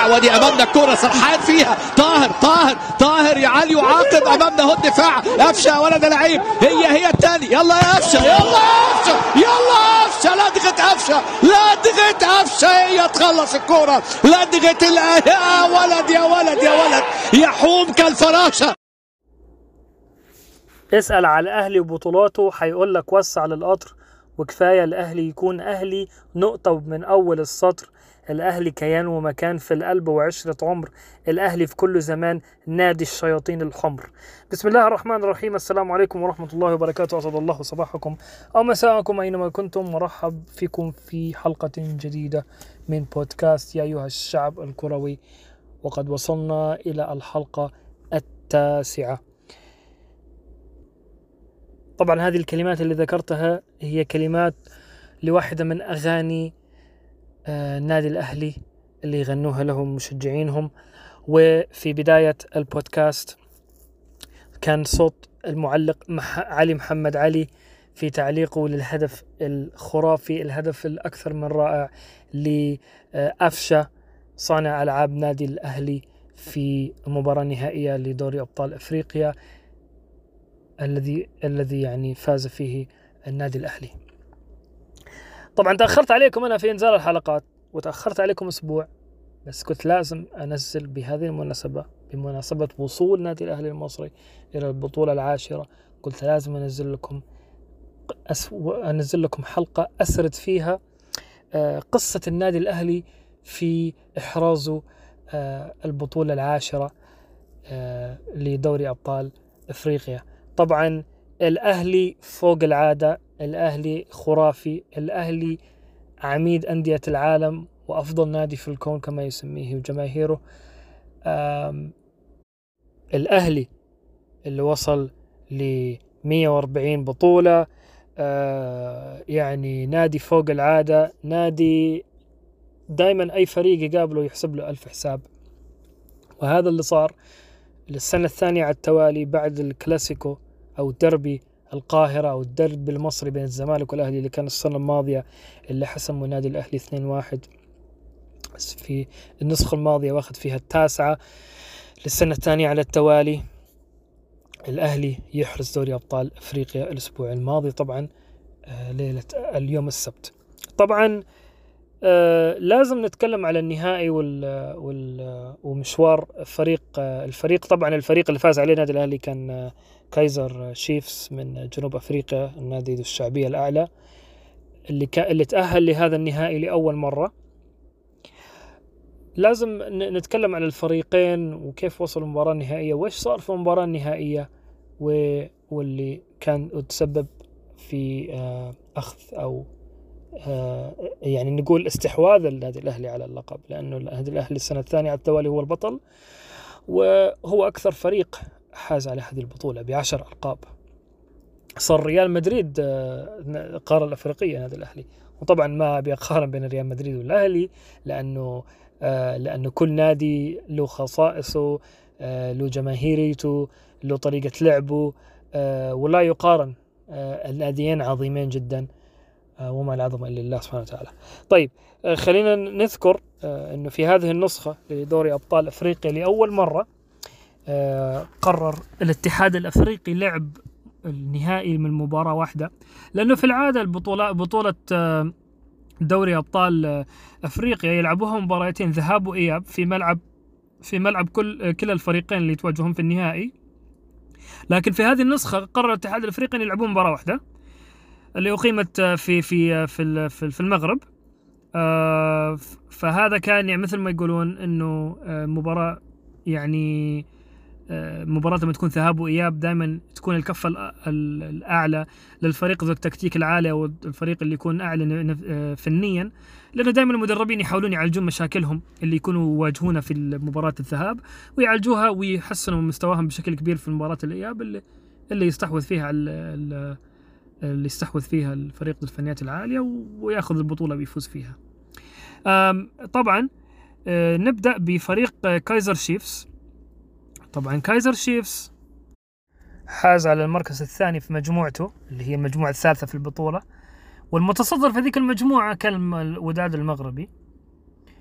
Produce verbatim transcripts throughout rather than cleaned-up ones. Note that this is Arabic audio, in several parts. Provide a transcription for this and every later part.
الدفاع، ودي امامنا الكرة سرحان فيها طاهر طاهر طاهر يا علي وعاقب امامنا هو الدفاع. قفشه يا ولد لعيب، هي هي الثاني، يلا يا قفشه يلا يا قفشه يلا قفشه، لدغت قفشه لدغت قفشه، هي تخلص الكرة لدغت يا ولد يا ولد يا ولد يحوم كالفراشة. اسأل على الأهلي وبطولاته حيقول لك وسع للقطر، وكفاية الأهلي يكون أهلي نقطة من أول السطر. الأهلي كيان ومكان في القلب وعشرة عمر، الأهلي في كل زمان نادي الشياطين الحمر. بسم الله الرحمن الرحيم، السلام عليكم ورحمة الله وبركاته، أسعد الله صباحكم أو مساءكم أينما كنتم، مرحب فيكم في حلقة جديدة من بودكاست يا أيها الشعب الكروي، وقد وصلنا إلى الحلقة التاسعة. طبعا هذه الكلمات اللي ذكرتها هي كلمات لواحدة من أغاني آه النادي الأهلي اللي يغنوها لهم مشجعينهم. وفي بداية البودكاست كان صوت المعلق مح علي محمد علي في تعليقه للهدف الخرافي، الهدف الأكثر من رائع لقفشة صانع ألعاب نادي الأهلي في مباراة نهائية لدوري أبطال أفريقيا الذي الذي يعني فاز فيه النادي الأهلي. طبعا تأخرت عليكم أنا في إنزال الحلقات وتأخرت عليكم أسبوع، بس كنت لازم أنزل بهذه المناسبة، بمناسبة وصول نادي الأهلي المصري إلى البطولة العاشرة. قلت لازم أنزل لكم أس... أنزل لكم حلقة أسرد فيها قصة النادي الأهلي في إحرازه البطولة العاشرة لدوري أبطال أفريقيا. طبعا الأهلي فوق العادة، الأهلي خرافي، الأهلي عميد أندية العالم وأفضل نادي في الكون كما يسميه جماهيره. الأهلي اللي وصل ل مئة وأربعين بطولة، يعني نادي فوق العادة، نادي دايما أي فريق يقابله يحسب له ألف حساب. وهذا اللي صار للسنة الثانية على التوالي بعد الكلاسيكو أو دربي القاهرة أو الدرب المصري بين الزمالك والأهلي اللي كان السنة الماضية اللي حسموا نادي الأهلي اثنين واحد في النسخة الماضية، واخذ فيها التاسعة. للسنة الثانية على التوالي الأهلي يحرز دوري أبطال أفريقيا الأسبوع الماضي، طبعا آه ليلة اليوم السبت. طبعا آه لازم نتكلم على النهائي وال وال ومشوار فريق آه الفريق. طبعا الفريق اللي فاز عليه نادي الأهلي كان آه كايزر شيفز من جنوب أفريقيا، النادي ذو الشعبية الأعلى اللي ك... اللي تأهل لهذا النهائي لأول مرة. لازم نتكلم عن الفريقين وكيف وصلوا المباراة النهائية وإيش صار في المباراة النهائية و... واللي كان تسبب في آه أخذ أو آه يعني نقول استحواذ النادي الأهلي على اللقب، لأنه النادي الأهلي السنة الثانية على التوالي هو البطل، وهو أكثر فريق حاز على هذه البطولة بعشر ألقاب. صار ريال مدريد آه قارة الأفريقية نادي الأهلي، وطبعا ما بيقارن بين ريال مدريد والأهلي لأنه آه لأنه كل نادي له خصائصه، آه له جماهيريته، له طريقة لعبه، آه ولا يقارن. آه الناديين عظيمين جدا، آه وما العظمة إلا الله سبحانه وتعالى. طيب آه خلينا نذكر آه أنه في هذه النسخة لدوري أبطال أفريقيا لأول مرة آه قرر الاتحاد الأفريقي لعب النهائي من مباراة واحدة، لأنه في العادة البطولة بطولة آه دوري أبطال أفريقيا يلعبوها مباراتين ذهاب وإياب في ملعب في ملعب كل كلا الفريقين اللي يتواجهون في النهائي. لكن في هذه النسخة قرر الاتحاد الأفريقي أن يلعبون مباراة واحدة اللي أقيمت في في في في المغرب. فهذا كان يعني مثل ما يقولون إنه مباراة يعني مباراة لما تكون ذهاب وإياب دائما تكون الكفة الأعلى للفريق ذو التكتيك العالي أو الفريق اللي يكون أعلى فنيا، لأنه دائما المدربين يحاولون يعالجون مشاكلهم اللي يكونوا يواجهونها في مباراة الذهاب ويعالجوها ويحسنوا من مستواهم بشكل كبير في مباراة الإياب اللي اللي يستحوذ فيها اللي يستحوذ فيها الفريق ذو الفنيات العالية ويأخذ البطولة ويفوز فيها. طبعا نبدأ بفريق كايزر شيفز. طبعا كايزر شيفز حاز على المركز الثاني في مجموعته اللي هي المجموعة الثالثة في البطولة، والمتصدر في ذيك المجموعة كان الوداد المغربي.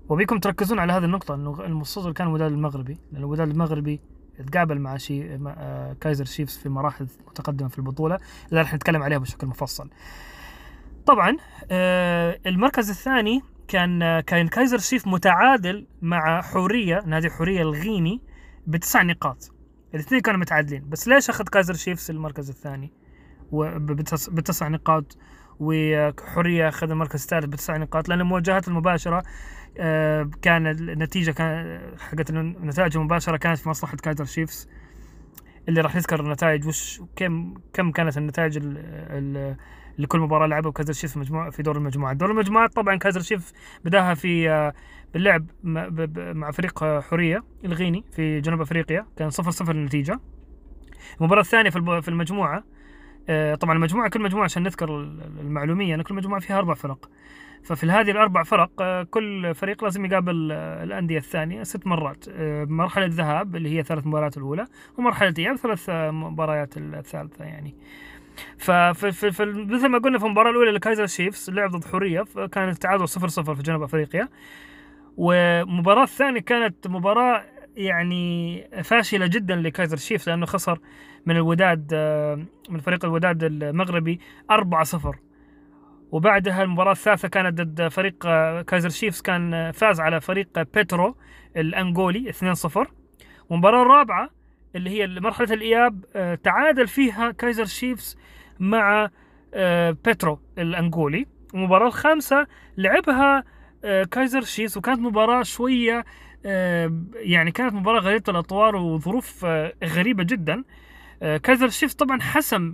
وبيكم تركزون على هذه النقطة إنه المتصدر كان الوداد المغربي، لأن الوداد المغربي تقابل مع شي مع كايزر شيفز في مراحل متقدمة في البطولة اللي راح نتكلم عليها بشكل مفصل. طبعا المركز الثاني كان كان كايزر شيف متعادل مع حورية، نادي حورية الغيني بتسع نقاط. الاثنين كانوا متعادلين، بس ليش أخذ كايزر شيفز المركز الثاني وبتسع نقاط وحورية أخذ المركز الثالث بتسع نقاط؟ لأن المواجهات المباشرة كان النتيجة كان حقت النتائج المباشرة كانت في مصلحة كايزر شيفز، اللي راح نذكر النتائج وش كم كم كانت النتائج لكل مباراة لعبها كايزر شيفز في مجموعة في دور المجموعات. دور المجموعات طبعا كايزر شيفز بداها في باللعب مع فريق حورية الغيني في جنوب أفريقيا، كان صفر صفر النتيجة. المباراة الثانية في المجموعة، طبعا المجموعة كل مجموعة عشان نذكر المعلومية أن كل مجموعة فيها أربع فرق، ففي هذه الأربع فرق كل فريق لازم يقابل الأندية الثانية ست مرات، مرحلة ذهاب اللي هي ثلاث مباريات الأولى، ومرحلة إياب ثلاث مباريات الثالثة يعني. ففي مثل ما قلنا في المباراة الأولى لكايزر شيفز لعب ضد حورية كانت التعادل صفر صفر في جنوب أفريقيا، ومباراة الثانية كانت مباراة يعني فاشلة جدا لكايزر شيفز لأنه خسر من الوداد من فريق الوداد المغربي أربعة صفر. وبعدها المباراة الثالثة كانت ضد فريق كايزر شيفز، كان فاز على فريق بيترو الأنغولي اثنين صفر. والمباراة الرابعة اللي هي مرحلة الإياب تعادل فيها كايزر شيفز مع بيترو الأنغولي. المباراة الخامسة لعبها كايزر شيفز وكانت مباراة شوية يعني كانت مباراة غريبة الأطوار وظروف غريبة جدا. كايزر شيفز طبعا حسم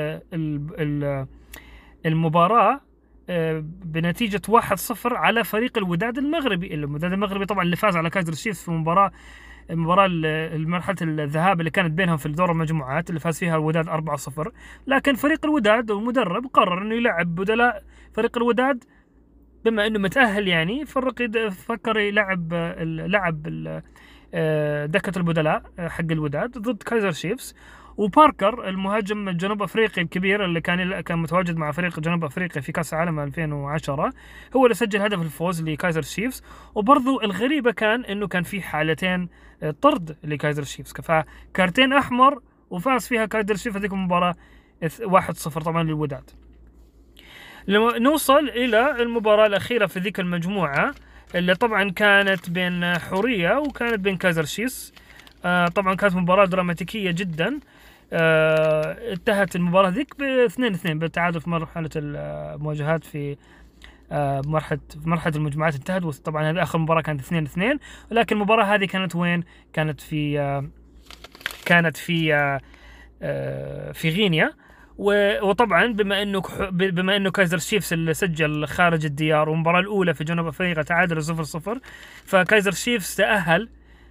المباراة بنتيجة واحد صفر على فريق الوداد المغربي. الوداد المغربي طبعا اللي فاز على كايزر شيفز في مباراة المباراة المرحلة الذهاب اللي كانت بينهم في الدور المجموعات اللي فاز فيها الوداد أربعة صفر، لكن فريق الوداد والمدرب قرر انه يلعب بدلاء فريق الوداد بما انه متأهل يعني، فرق فكر يلعب لعب دكة البدلاء حق الوداد ضد كايزر شيفز. وباركر المهاجم الجنوب افريقي الكبير اللي كان كان متواجد مع فريق جنوب افريقيا في كاس العالم ألفين وعشرة هو اللي سجل هدف الفوز لكايزر شيفز. وبرضو الغريبة كان انه كان في حالتين طرد لكايزر شيفز، فكارتين احمر وفاز فيها كايزر شيفز هذيك المباراة واحد صفر طبعا للوداد. لما نوصل الى المباراة الاخيرة في ذيك المجموعة اللي طبعا كانت بين حورية وكانت بين كايزر شيفز، آه طبعا كانت مباراة دراماتيكية جدا. آه انتهت المباراة ذيك باثنين اثنين بالتعادل في مرحلة المواجهات في آه مرحلة في مرحلة المجموعات انتهت. وطبعا هذه آخر مباراة كانت اثنين اثنين، ولكن المباراة هذه كانت وين؟ كانت في آه كانت في آه آه في غينيا. وطبعا بما انه بما انه كايزر شيفز اللي سجل خارج الديار والمباراة الأولى في جنوب أفريقيا تعادل صفر صفر، فكايزر شيفز تأهل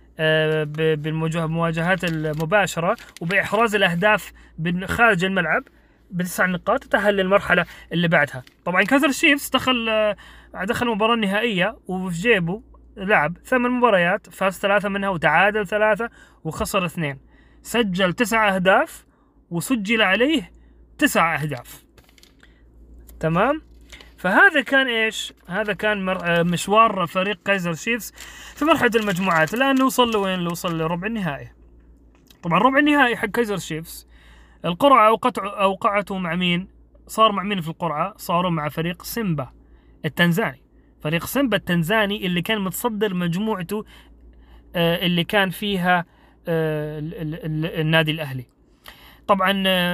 بالمواجهات المباشرة وبإحراز الأهداف خارج الملعب بتسع نقاط تتأهل للمرحلة اللي بعدها. طبعا كايزر شيفز دخل دخل المباراة النهائية وفي جيبه لعب ثمان مباريات، فاز ثلاثة منها وتعادل ثلاثة وخسر اثنين، سجل تسع أهداف وسجل عليه تسع أهداف. تمام؟ فهذا كان إيش؟ هذا كان مشوار فريق كايزر شيفز في مرحلة المجموعات. الآن نوصل لوين؟ نوصل لربع النهائي. طبعا ربع النهائي حق كايزر شيفز القرعة أوقعته مع مين؟ صار مع مين في القرعة؟ صاروا مع فريق سيمبا التنزاني. فريق سيمبا التنزاني اللي كان متصدر مجموعته اللي كان فيها النادي الأهلي. طبعا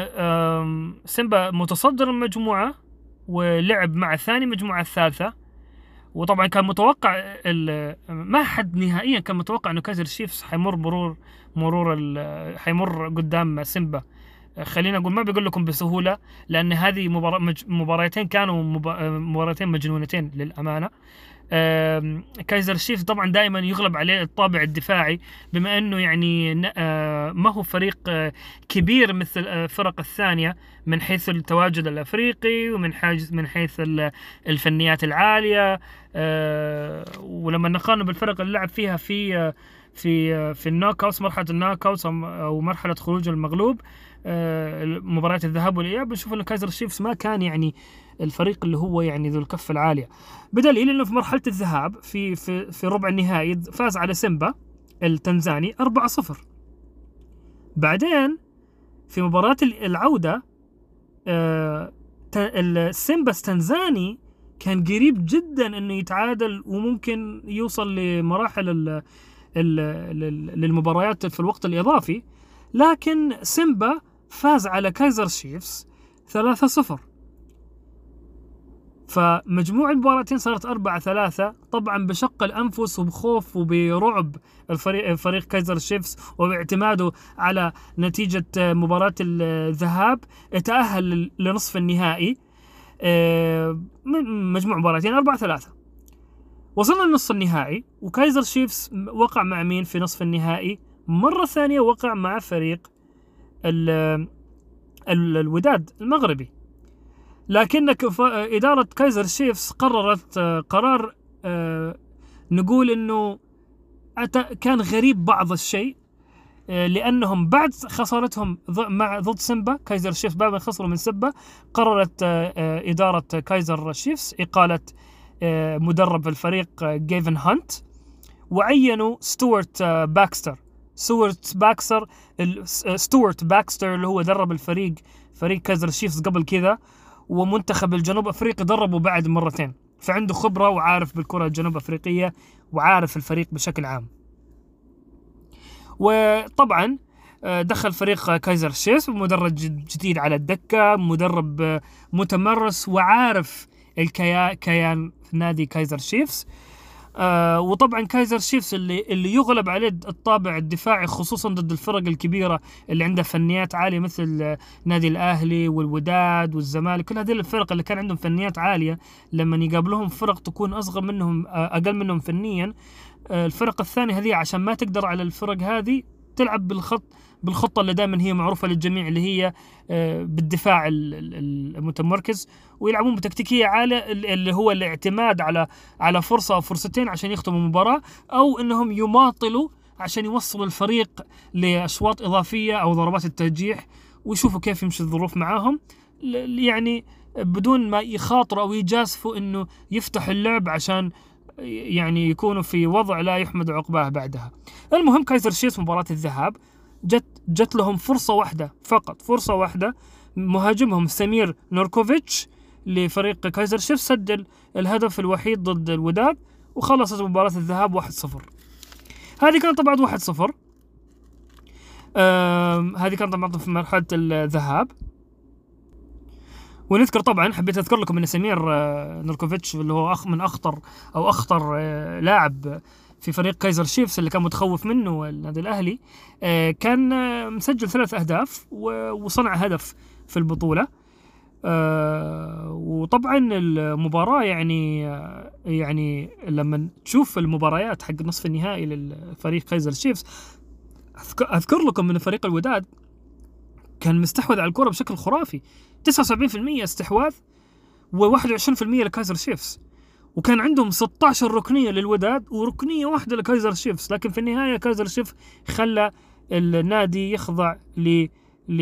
سيمبا متصدر المجموعة ولعب مع الثاني مجموعة الثالثة. وطبعا كان متوقع ما حد نهائيا كان متوقع انه كايزر شيفز حيمر مرور مرور حيمر قدام سيمبا. خلينا اقول ما بيقول لكم بسهولة، لان هذه مباراتين كانوا مباراتين مجنونتين للأمانة. كايزر شيفز طبعا دائما يغلب عليه الطابع الدفاعي، بما انه يعني ما هو فريق كبير مثل الفرق الثانية من حيث التواجد الافريقي ومن حيث من حيث الفنيات العالية. ولما نقارن بالفرق اللي لعب فيها في في في النوك اوت، مرحلة النوك اوت او مرحلة خروج المغلوب، مباريات الذهاب والاياب، بنشوف ان كايزر شيفز ما كان يعني الفريق اللي هو يعني ذو الكفة العالية، بدليل انه في مرحلة الذهاب في في في ربع النهائي فاز على سيمبا التنزاني أربعة صفر. بعدين في مباراة العودة آه السيمبا التنزاني كان قريب جدا انه يتعادل وممكن يوصل لمراحل ال ال للمباريات في الوقت الإضافي، لكن سيمبا فاز على كايزر شيفز ثلاثة صفر. فمجموع المباراتين صارت أربعة ثلاثة، طبعا بشق الأنفس وبخوف وبرعب الفريق فريق كايزر شيفز، وباعتماده على نتيجة مباراة الذهاب تأهل لنصف النهائي. مجموع مباراتين أربعة ثلاثة. وصلنا لنصف النهائي وكايزر شيفز وقع مع مين في نصف النهائي؟ مرة ثانية وقع مع فريق ال ال الوداد المغربي. لكن إدارة كايزر شيفز قررت قرار نقول إنه كان غريب بعض الشيء، لأنهم بعد خسارتهم مع ضد سيمبا كايزر شيفز بعد ما خسروا من سيمبا قررت إدارة كايزر شيفز إقالة مدرب الفريق جيفن هانت، وعينوا ستوارت باكستر ستوارت باكستر ستوارت باكستر اللي هو درب الفريق فريق كايزر شيفز قبل كذا، ومنتخب الجنوب أفريقيا دربه بعد مرتين، فعنده خبرة وعارف بالكرة الجنوب أفريقية وعارف الفريق بشكل عام. وطبعا دخل فريق كايزر شيفز بمدرب جديد على الدكة، مدرب متمرس وعارف الكيان في نادي كايزر شيفز. آه وطبعا كايزر شيفز اللي اللي يغلب عليه الطابع الدفاعي خصوصا ضد الفرق الكبيره اللي عندها فنيات عاليه مثل نادي الاهلي والوداد والزمالك، كل هذه الفرق اللي كان عندهم فنيات عاليه لما يقابلوهم فرق تكون اصغر منهم اقل منهم فنيا، آه الفرق الثانيه هذه عشان ما تقدر على الفرق هذه تلعب بالخط بالخطة اللي دائما هي معروفة للجميع اللي هي بالدفاع المتمركز، ويلعبون بتكتيكية عالية اللي هو الاعتماد على على فرصة أو فرصتين عشان يختموا المباراة، أو إنهم يماطلوا عشان يوصلوا الفريق لأشواط إضافية أو ضربات الترجيح ويشوفوا كيف يمشي الظروف معاهم، يعني بدون ما يخاطروا أو يجازفوا إنه يفتحوا اللعب عشان يعني يكونوا في وضع لا يحمد عقباه بعدها. المهم كايزر شيفز مباراة الذهاب جت جت لهم فرصة واحدة فقط، فرصة واحدة، مهاجمهم سمير نوركوفيتش لفريق كايزر شيفز سجل الهدف الوحيد ضد الوداد وخلصت مباراة الذهاب واحد صفر. هذه كانت طبعا واحد صفر، هذه كانت طبعا في مرحلة الذهاب. ونذكر طبعا حبيت أذكر لكم أن سمير نوركوفيتش اللي هو أخ من أخطر أو أخطر لاعب في فريق كايزر شيفز اللي كان متخوف منه النادي الأهلي، كان مسجل ثلاث أهداف وصنع هدف في البطولة. وطبعا المباراة يعني يعني لما تشوف المباريات حق نصف النهائي للفريق كايزر شيفز أذكر لكم أن فريق الوداد كان مستحوذ على الكرة بشكل خرافي، تسعة وسبعين بالمئة استحواذ وواحد وعشرين بالمئة لكايزر شيفز، وكان عندهم ستة عشر ركنية للوداد وركنية واحدة لكايزر شيفز، لكن في النهاية كايزر شيفز خلى النادي يخضع ل ل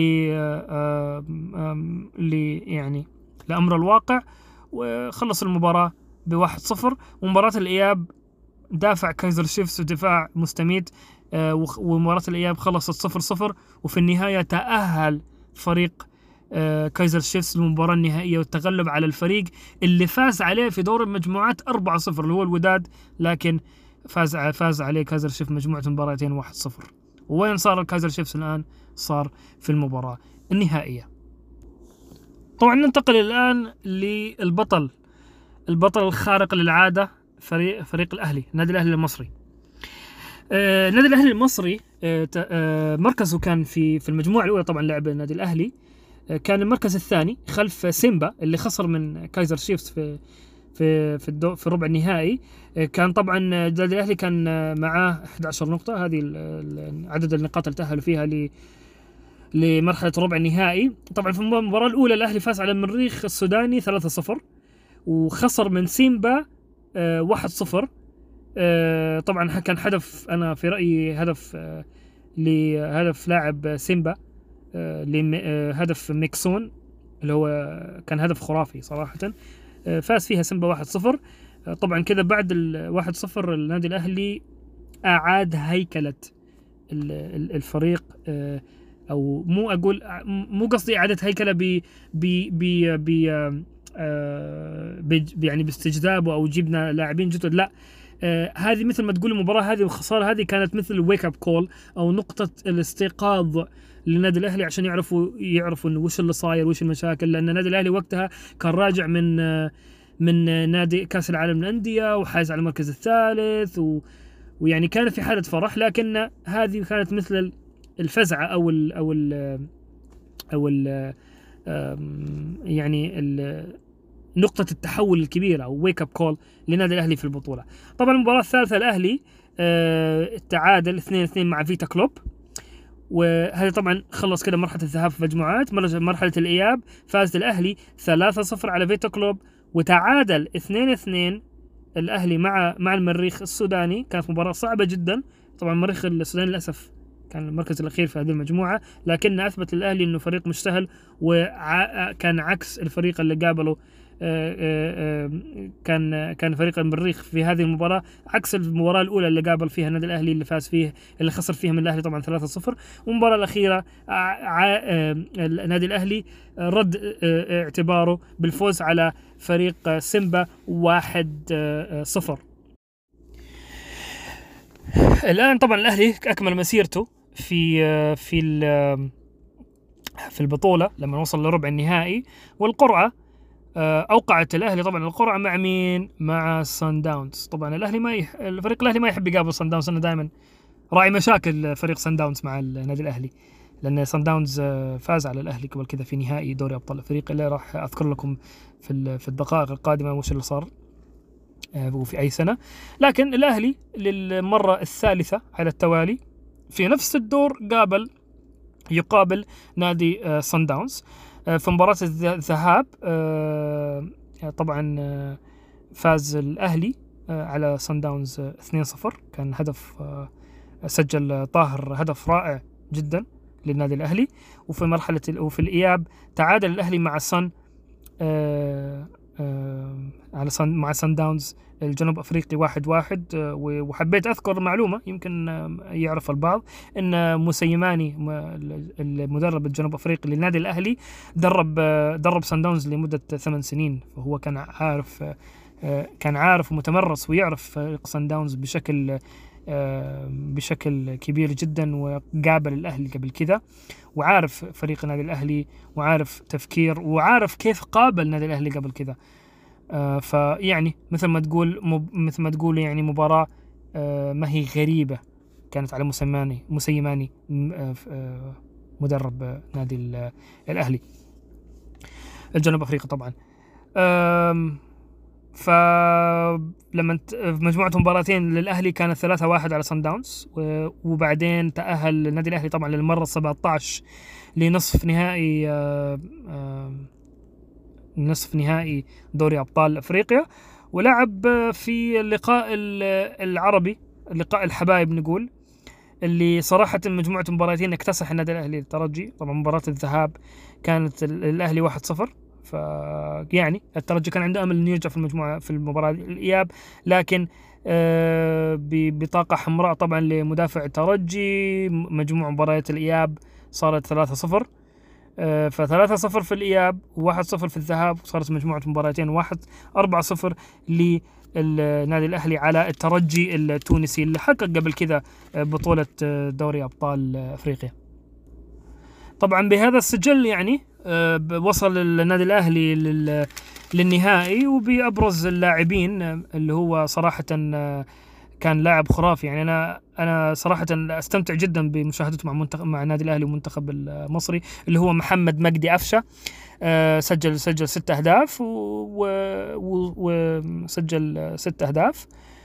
ل يعني لأمر الواقع وخلص المباراة بواحد صفر. ومباراة الإياب دافع كايزر شيفز دفاع مستميت، ومباراة الإياب خلصت صفر صفر، وفي النهاية تأهل فريق كايزر شيفز للمباراة النهائية والتغلب على الفريق اللي فاز عليه في دور المجموعات أربعة صفر اللي هو الوداد، لكن فاز فاز عليه كايزر شيفز مجموعة مباراتين واحد صفر. وين صار الكايزر شيفز الآن؟ صار في المباراة النهائية. طبعا ننتقل الآن للبطل البطل الخارق للعادة فريق فريق الأهلي، نادي الأهلي المصري. آه نادي الأهلي المصري آه آه مركزه كان في في المجموعة الأولى، طبعا لعب النادي الأهلي آه كان المركز الثاني خلف سيمبا اللي خسر من كايزر شيفز في في في الدو في الربع النهائي. آه كان طبعا النادي الأهلي كان معاه أحد عشر نقطة، هذه عدد النقاط اللي تأهلوا فيها ل لمرحلة الربع النهائي. طبعا في المباراة الأولى الأهلي فاز على المريخ السوداني ثلاثة صفر وخسر من سيمبا آه واحد صفر. آه طبعا كان هدف أنا في رأيي هدف آه لهدف لاعب سيمبا آه لهدف ميكسون اللي هو كان هدف خرافي صراحة. فاز فيها سيمبا واحد صفر. طبعا كذا بعد الواحد صفر النادي الأهلي أعاد هيكلة الفريق، أو مو أقول مو قصدي إعادة هيكلة ب ب ب ب يعني باستجذابه أو جبنا لاعبين جدد، لا، آه هذه مثل ما تقول المباراة هذه والخسارة هذه كانت مثل ويك اب كول أو نقطة الاستيقاظ للنادي الأهلي عشان يعرفوا يعرفوا إنه وش اللي صاير وش المشاكل، لأن النادي الأهلي وقتها كان راجع من آه من نادي كأس العالم للأندية وحاز على المركز الثالث و ويعني كان في حالة فرح، لكن هذه كانت مثل الفزعة أو ال أو ال أو ال يعني ال نقطة التحول الكبيرة أو ويك اب كول لنادي الأهلي في البطولة. طبعا المباراة الثالثة الأهلي اه تعادل اثنين اثنين مع فيتا كلوب، وهذا طبعا خلص كده مرحلة الذهاب في مجموعات. مرحلة الإياب فاز الأهلي ثلاثة صفر على فيتا كلوب، وتعادل اثنين اثنين الأهلي مع مع المريخ السوداني. كانت مباراة صعبة جدا، طبعا المريخ السوداني للأسف كان المركز الأخير في هذه المجموعة، لكن أثبت الأهلي أنه فريق مش سهل، وكان عكس الفريق اللي قابله كان كان فريق المريخ في هذه المباراة عكس المباراة الأولى اللي قابل فيها النادي الأهلي اللي فاز فيه اللي خسر فيها من الأهلي طبعا ثلاثة صفر. والمباراة الأخيرة النادي الأهلي رد اعتباره بالفوز على فريق سيمبا واحد صفر. الآن طبعا الأهلي أكمل مسيرته في في في البطولة لما وصل لربع النهائي، والقرعة أوقعت الأهلي طبعا القرعة مع مين؟ مع سان داونز. طبعا الأهلي ما يح... الفريق الأهلي ما يحب يقابل سان داونز، أنا دائما راعي مشاكل فريق سان داونز مع النادي الأهلي، لأن سان داونز فاز على الأهلي قبل كذا في نهائي دوري أبطال أفريقيا اللي راح أذكر لكم في في الدقائق القادمة وش اللي صار وفي أي سنة. لكن الأهلي للمرة الثالثة على التوالي في نفس الدور قابل يقابل نادي سان داونز. في مباراة الذهاب طبعا فاز الأهلي على سان داونز اثنين صفر، كان هدف سجل طاهر هدف رائع جدا للنادي الأهلي. وفي مرحلة وفي الإياب تعادل الأهلي مع سان على سان مع سان داونز الجنوب أفريقي واحد واحد. وحبيت أذكر معلومة يمكن يعرف البعض، إن موسيماني المدرب الجنوب أفريقي للنادي الأهلي درب درب سان داونز لمدة ثمان سنين، فهو كان عارف كان عارف ومتمرس ويعرف فريق سان داونز بشكل بشكل كبير جدا، وقابل الأهلي قبل كذا وعارف فريق النادي الأهلي وعارف تفكير وعارف كيف قابل النادي الأهلي قبل كذا. آه فيعني مثل ما تقول مب... مثل ما تقول يعني مباراة آه ما هي غريبة كانت على موسيماني موسيماني آه مدرب نادي الأهلي الجنوب أفريقيا طبعا. آه فلما مجموعة مباراتين للأهلي كانت ثلاثة واحد على سان داونز، وبعدين تأهل النادي الأهلي طبعا للمرة السبعة عشر لنصف نهائي آه آه نصف نهائي دوري أبطال أفريقيا، ولعب في اللقاء العربي اللقاء الحبايب نقول اللي صراحة مجموعة مباراتين اكتسح النادي الأهلي الترجي. طبعا مباراة الذهاب كانت الأهلي واحد صفر، فيعني الترجي كان عنده أمل أن يرجع في المجموعة في المباراة الإياب، لكن ببطاقة حمراء طبعا لمدافع الترجي مجموع مباريات الإياب صارت ثلاثة صفر. فثلاثة صفر في الإياب وواحد صفر في الذهاب، صارت مجموعة مباراتين واحد أربعة صفر للنادي الأهلي على الترجي التونسي اللي حقق قبل كذا بطولة دوري أبطال أفريقيا. طبعا بهذا السجل يعني وصل النادي الأهلي للنهائي وبأبرز اللاعبين اللي هو صراحة كان لاعب خرافي. يعني أنا أنا صراحة أستمتع جدا بمشاهدته مع منتخب مع النادي الأهلي والمنتخب المصري اللي هو محمد مجدي أفشة. أه سجل سجل ست أهداف وسجل ست أهداف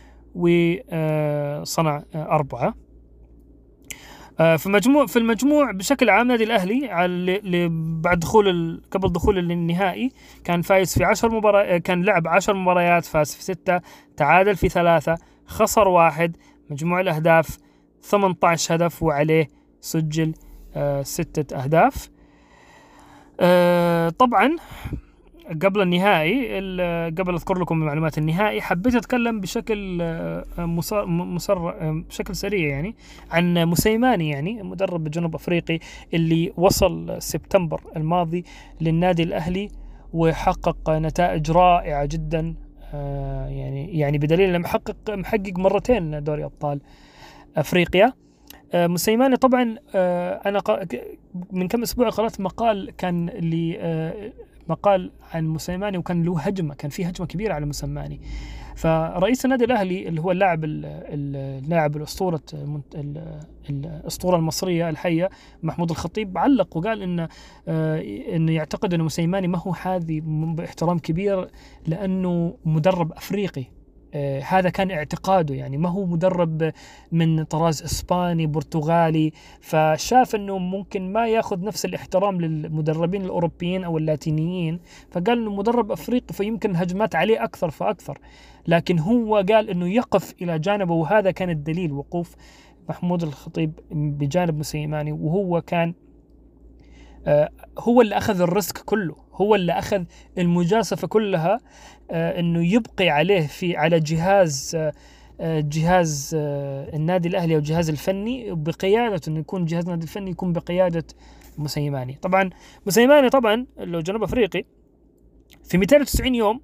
وصنع أربعة. أه في مجموع في المجموع بشكل عام نادي الأهلي على بعد دخول قبل دخول النهائي كان فايز في عشر مباريات، كان لعب عشر مباريات، فاز في ستة، تعادل في ثلاثة، خسر واحد، مجموع الأهداف ثمانية عشر هدف وعليه سجل آه ستة أهداف. آه طبعا قبل النهائي، قبل أذكر لكم معلومات النهائي، حبيت أتكلم بشكل مسر مسر بشكل سريع يعني عن موسيماني، يعني مدرب جنوب أفريقي اللي وصل سبتمبر الماضي للنادي الأهلي وحقق نتائج رائعة جدا. يعني يعني بدليل انه محقق محقق مرتين دوري أبطال أفريقيا. موسيماني طبعا أنا من كم أسبوع قرأت مقال كان لي مقال عن موسيماني، وكان له هجمة، كان في هجمة كبيرة على موسيماني. فرئيس النادي الأهلي اللي هو اللاعب اللاعب الأسطورة الأسطورة المصرية الحية محمود الخطيب علق وقال إنه إنه يعتقد إنه موسيماني ما هو حاذي باحترام كبير لأنه مدرب أفريقي. آه هذا كان اعتقاده، يعني ما هو مدرب من طراز إسباني برتغالي، فشاف أنه ممكن ما يأخذ نفس الاحترام للمدربين الأوروبيين أو اللاتينيين، فقال أنه مدرب أفريقي فيمكن الهجمات عليه أكثر فأكثر. لكن هو قال أنه يقف إلى جانبه، وهذا كان الدليل، وقوف محمود الخطيب بجانب موسيماني، وهو كان آه هو اللي أخذ الريسك كله، هو اللي أخذ المجازفة كلها، آه إنه يبقي عليه في على جهاز آه جهاز آه النادي الأهلي أو الجهاز الفني بقيادة، إنه يكون جهاز النادي الفني يكون بقيادة موسيماني. طبعا موسيماني طبعا لو جنوب أفريقي في مئتين وتسعين يوم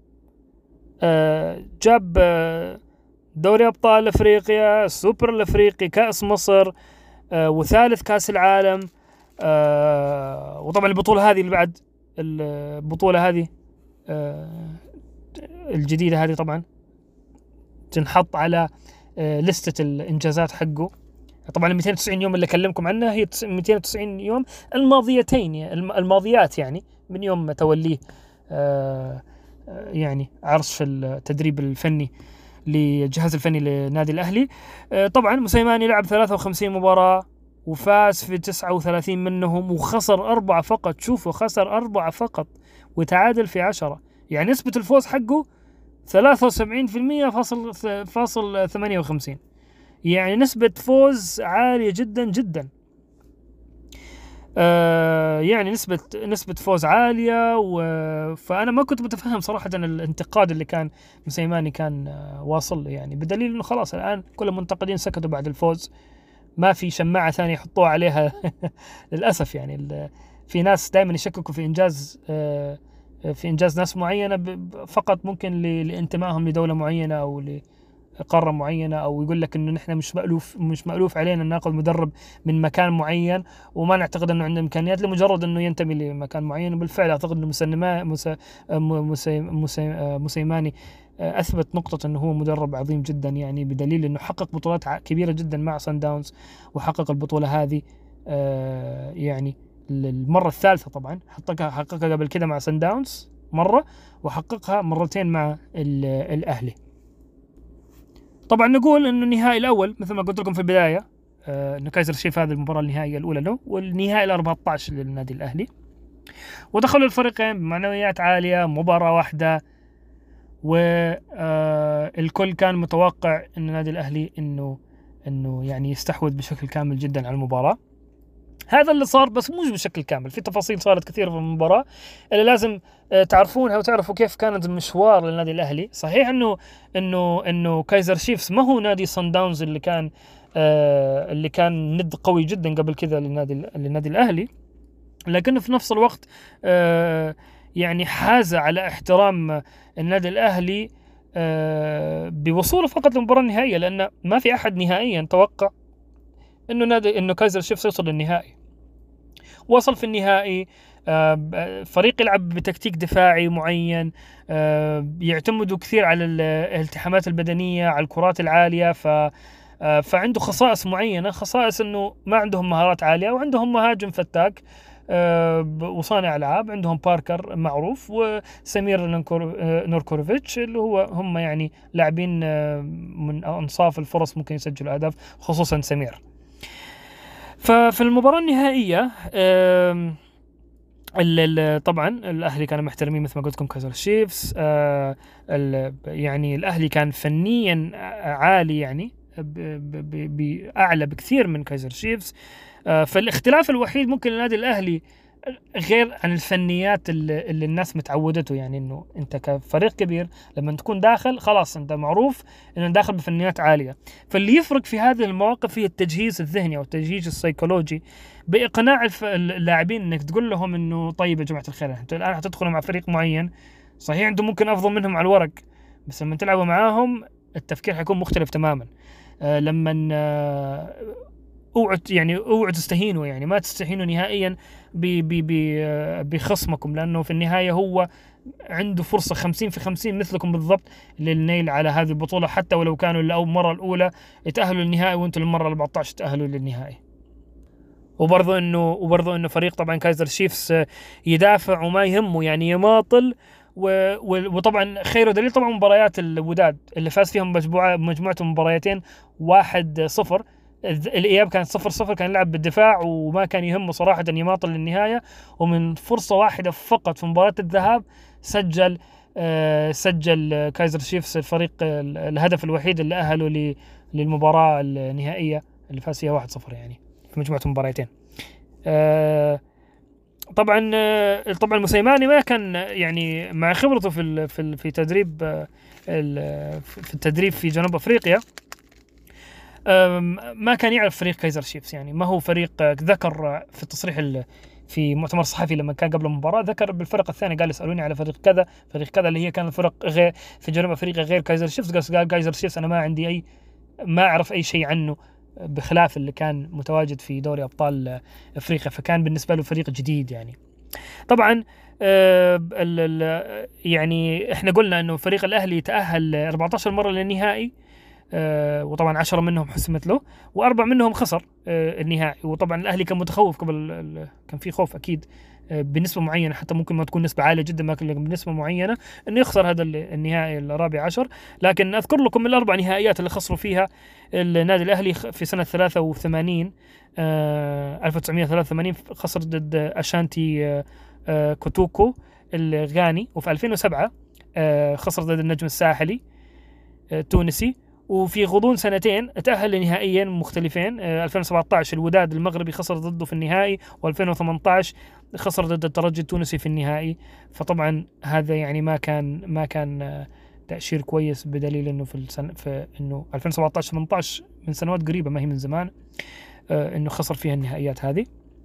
آه جاب آه دوري أبطال أفريقيا، السوبر الأفريقي، كأس مصر، آه وثالث كأس العالم. آه وطبعا البطولة هذه اللي بعد البطولة هذه آه الجديدة هذه طبعا تنحط على آه لستة الإنجازات حقه. طبعا مئتين وتسعين يوم اللي أكلمكم عنها هي مئتين وتسعين يوم الماضيتين الماضيات، يعني من يوم توليه آه يعني عرش التدريب الفني للجهاز الفني للنادي الأهلي. آه طبعا موسيماني لعب ثلاثة وخمسين مباراة وفاز في تسعة وثلاثين منهم، وخسر أربعة فقط. شوفوا، خسر أربعة فقط وتعادل في عشرة، يعني نسبة الفوز حقه ثلاثة وسبعين بالمئة فاصل فاصل ثمانية وخمسين، يعني نسبة فوز عالية جدا جدا. آه يعني نسبة نسبة فوز عالية. فأنا ما كنت متفهم صراحة الانتقاد اللي كان موسيماني كان آه واصل، يعني بدليل إنه خلاص الآن كل المنتقدين سكتوا بعد الفوز، ما في شماعة ثانية يحطوها عليها للأسف. يعني في ناس دائما يشككوا في إنجاز في إنجاز ناس معينة فقط ممكن لانتمائهم لدولة معينة أو لقارة معينة، أو يقول لك إنه نحن مش مألوف مش مألوف علينا ناخذ مدرب من مكان معين وما نعتقد إنه عنده إمكانيات لمجرد إنه ينتمي لمكان معين. وبالفعل أعتقد إنه موسيماني أثبت نقطة أنه هو مدرب عظيم جدا، يعني بدليل أنه حقق بطولات كبيرة جدا مع سان داونز، وحقق البطولة هذه آه يعني المرة الثالثة. طبعا حققها حققها قبل كده مع سان داونز مرة، وحققها مرتين مع الأهلي. طبعا نقول أنه النهائي الأول مثل ما قلت لكم في البداية آه أنه كايزر شيف هذه المباراة النهائية الأولى له، والنهائي الأربعة عشر للنادي الأهلي، ودخلوا الفريقين بمعنويات عالية مباراة واحدة، والكل كان متوقع ان النادي الاهلي انه انه يعني يستحوذ بشكل كامل جدا على المباراه. هذا اللي صار، بس مش بشكل كامل، في تفاصيل صارت كثير في المباراه اللي لازم تعرفونها وتعرفوا كيف كانت المشوار للنادي الاهلي. صحيح انه انه انه كايزر شيفز ما هو نادي صن داونز اللي كان آه اللي كان ند قوي جدا قبل كذا للنادي للنادي الاهلي، لكنه في نفس الوقت آه يعني حاز على احترام النادي الأهلي آه بوصوله فقط للمباراة النهائية، لأن ما في أحد نهائيا توقع إنه نادي إنه كايزر شيفز يوصل للنهائي. وصل في النهائي آه فريق يلعب بتكتيك دفاعي معين، آه يعتمدوا كثير على الالتحامات البدنية، على الكرات العالية، ف آه فعنده خصائص معينة، خصائص إنه ما عندهم مهارات عالية، وعندهم مهاجم فتاك أه وصانع ألعاب، عندهم باركر معروف وسمير نوركوروفيتش اللي هو هم يعني لاعبين أه من أنصاف الفرص ممكن يسجلوا أهداف، خصوصا سمير. ففي المباراة النهائية أه طبعا الأهلي كانوا محترمين مثل ما قلت لكم كايزر شيفز. أه يعني الأهلي كان فنيا عالي، يعني بأعلى بكثير من كايزر شيفز. فالاختلاف الوحيد ممكن النادي الأهلي غير عن الفنيات اللي, اللي الناس متعودته. يعني انه انت كفريق كبير لما تكون داخل خلاص انت معروف انه داخل بفنيات عالية. فاللي يفرق في هذه المواقف هي التجهيز الذهني او التجهيز السيكولوجي باقناع الف... اللاعبين انك تقول لهم انه طيب يا جماعة الخير انت الان حتدخلوا مع فريق معين صحيح انتم ممكن افضل منهم على الورق، بس لما تلعبوا معاهم التفكير حيكون مختلف تماما. آه لما آه اوعد يعني اوعد تستهينوا، يعني ما تستهينوا نهائيا بخصمكم، لانه في النهايه هو عنده فرصه خمسين في خمسين مثلكم بالضبط للنيل على هذه البطوله، حتى ولو كانوا المره الاولى يتاهلوا للنهائي وانتم المره أربعة عشر تاهلوا للنهائي. وبرضه انه وبرضه انه فريق طبعا كايزر شيفز يدافع وما يهمه يعني يماطل، وطبعا خير دليل طبعا مباريات الوداد اللي فاز فيهم مجموعه مجموعه مباريتين واحد صفر. الإياب كانت صفر صفر، كان يلعب بالدفاع وما كان يهمه صراحة أن يماطل للنهاية، ومن فرصة واحدة فقط في مباراة الذهاب سجل آه سجل كايزر شيفز الفريق الهدف الوحيد اللي أهله للمباراة النهائية اللي فاز فيها واحد صفر يعني في مجموعة مباراتين. آه طبعا آه طبعا موسيماني ما كان يعني مع خبرته في في في تدريب آه في التدريب في جنوب أفريقيا ما كان يعرف فريق كايزر شيفز. يعني ما هو فريق، ذكر في التصريح في مؤتمر صحفي لما كان قبل المباراة ذكر بالفرق الثاني، قال يسألوني على فريق كذا فريق كذا اللي هي كان الفرق غير في جنوب أفريقيا غير كايزر شيفز. قال كايزر شيفز أنا ما عندي أي ما أعرف أي شيء عنه بخلاف اللي كان متواجد في دوري أبطال أفريقيا، فكان بالنسبة له فريق جديد. يعني طبعا آه يعني احنا قلنا انه فريق الأهلي تأهل أربعة عشر مرة للنهائي، آه وطبعا عشرة منهم حسمت له وأربع منهم خسر آه النهائي. وطبعا الأهلي كان متخوف قبل، كان في خوف أكيد آه بنسبة معينة، حتى ممكن ما تكون نسبة عالية جدا، ما كان بنسبة معينة إنه يخسر هذا النهائي الرابع عشر. لكن أذكر لكم من الأربع نهائيات اللي خسروا فيها النادي الأهلي في سنة ثلاثة وثمانين آه ألف وتسعمائة وثلاثة وثمانين خسر ضد أشانتي آه آه كوتوكو الغاني، وفي ألفين وسبعة آه خسر ضد النجم الساحلي التونسي. وفي غضون سنتين تأهل لنهائيين مختلفين، ألفين وسبعة عشر الوداد المغربي خسر ضده في النهائي، وألفين وثمانية عشر خسر ضد الترجي التونسي في النهائي. فطبعا هذا يعني ما كان ما كان تأشير كويس، بدليل انه في السنة في انه ألفين وسبعة عشر ثمانية عشر من سنوات قريبة ما هي من زمان انه خسر فيها النهائيات هذه.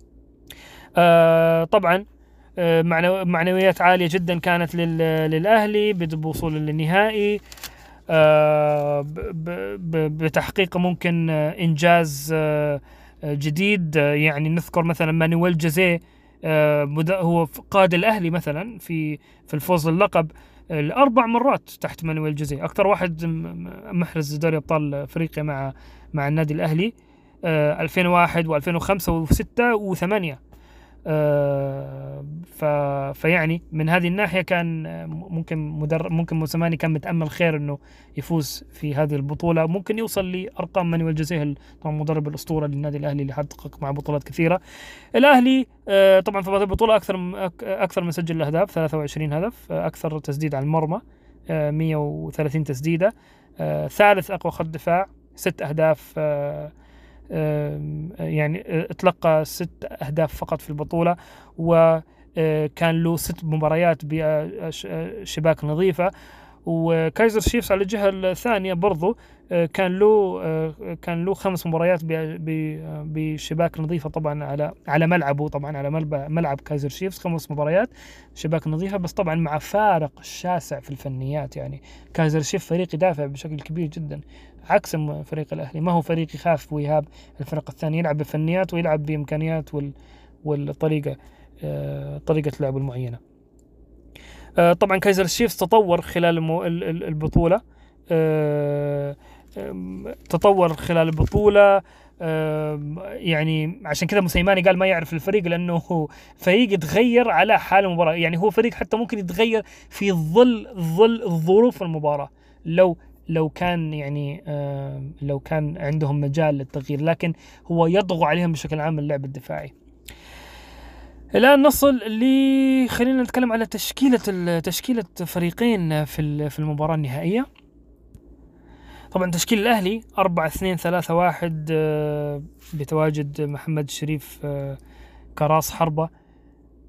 طبعا معنويات عالية جدا كانت للأهلي بوصول للنهائي، آه بتحقيق ممكن آه إنجاز آه جديد. آه يعني نذكر مثلا مانويل جوزيه آه هو قائد الأهلي مثلا في في الفوز باللقب الأربع مرات تحت مانويل جوزيه، أكثر واحد محرز دوري أبطال أفريقيا مع مع النادي الأهلي آه ألفين وواحد وألفين وخمسة وستة وثمانية. آه ف... فيعني من هذه الناحية كان ممكن مدر... ممكن موسيماني كان متأمل خير إنه يفوز في هذه البطولة، ممكن يوصل لأرقام مانويل جوزيه طبعا مدرب الأسطورة للنادي الأهلي اللي حقق مع بطولات كثيرة. الأهلي آه طبعا في هذه البطولة أكثر أكثر من سجل الأهداف ثلاثة وعشرين هدف، أكثر تسديد على المرمى آه مئة وثلاثين تسديدة، آه ثالث أقوى خط دفاع ست أهداف، آه يعني اتلقى ست أهداف فقط في البطولة، وكان له ست مباريات بشباك نظيفة. وكايزر شيفز على الجهة الثانية برضو كان له كان له خمس مباريات بشباك نظيفة طبعا على على ملعبه، طبعا على ملعب كايزر شيفز خمس مباريات شباك نظيفة، بس طبعا مع فارق شاسع في الفنيات. يعني كايزر شيفز فريق يدافع بشكل كبير جدا عكس فريق الأهلي، ما هو فريق يخاف ويهاب الفرق الثانية، يلعب بفنيات ويلعب بإمكانيات وال والطريقة طريقة لعب المعينة. طبعا كايزر شيفز تطور خلال البطولة تطور خلال البطولة يعني عشان كذا موسيماني قال ما يعرف الفريق لأنه فريق يتغير على حال المباراة. يعني هو فريق حتى ممكن يتغير في ظل ظل الظروف المباراة لو لو كان يعني آه لو كان عندهم مجال للتغيير، لكن هو يضغط عليهم بشكل عام اللعب الدفاعي. الآن نصل لي خلينا نتكلم على تشكيلة تشكيلة فريقين في في المباراة النهائية. طبعا تشكيل الأهلي أربعة اثنين ثلاثة واحد آه بتواجد محمد الشريف آه كراس حربة،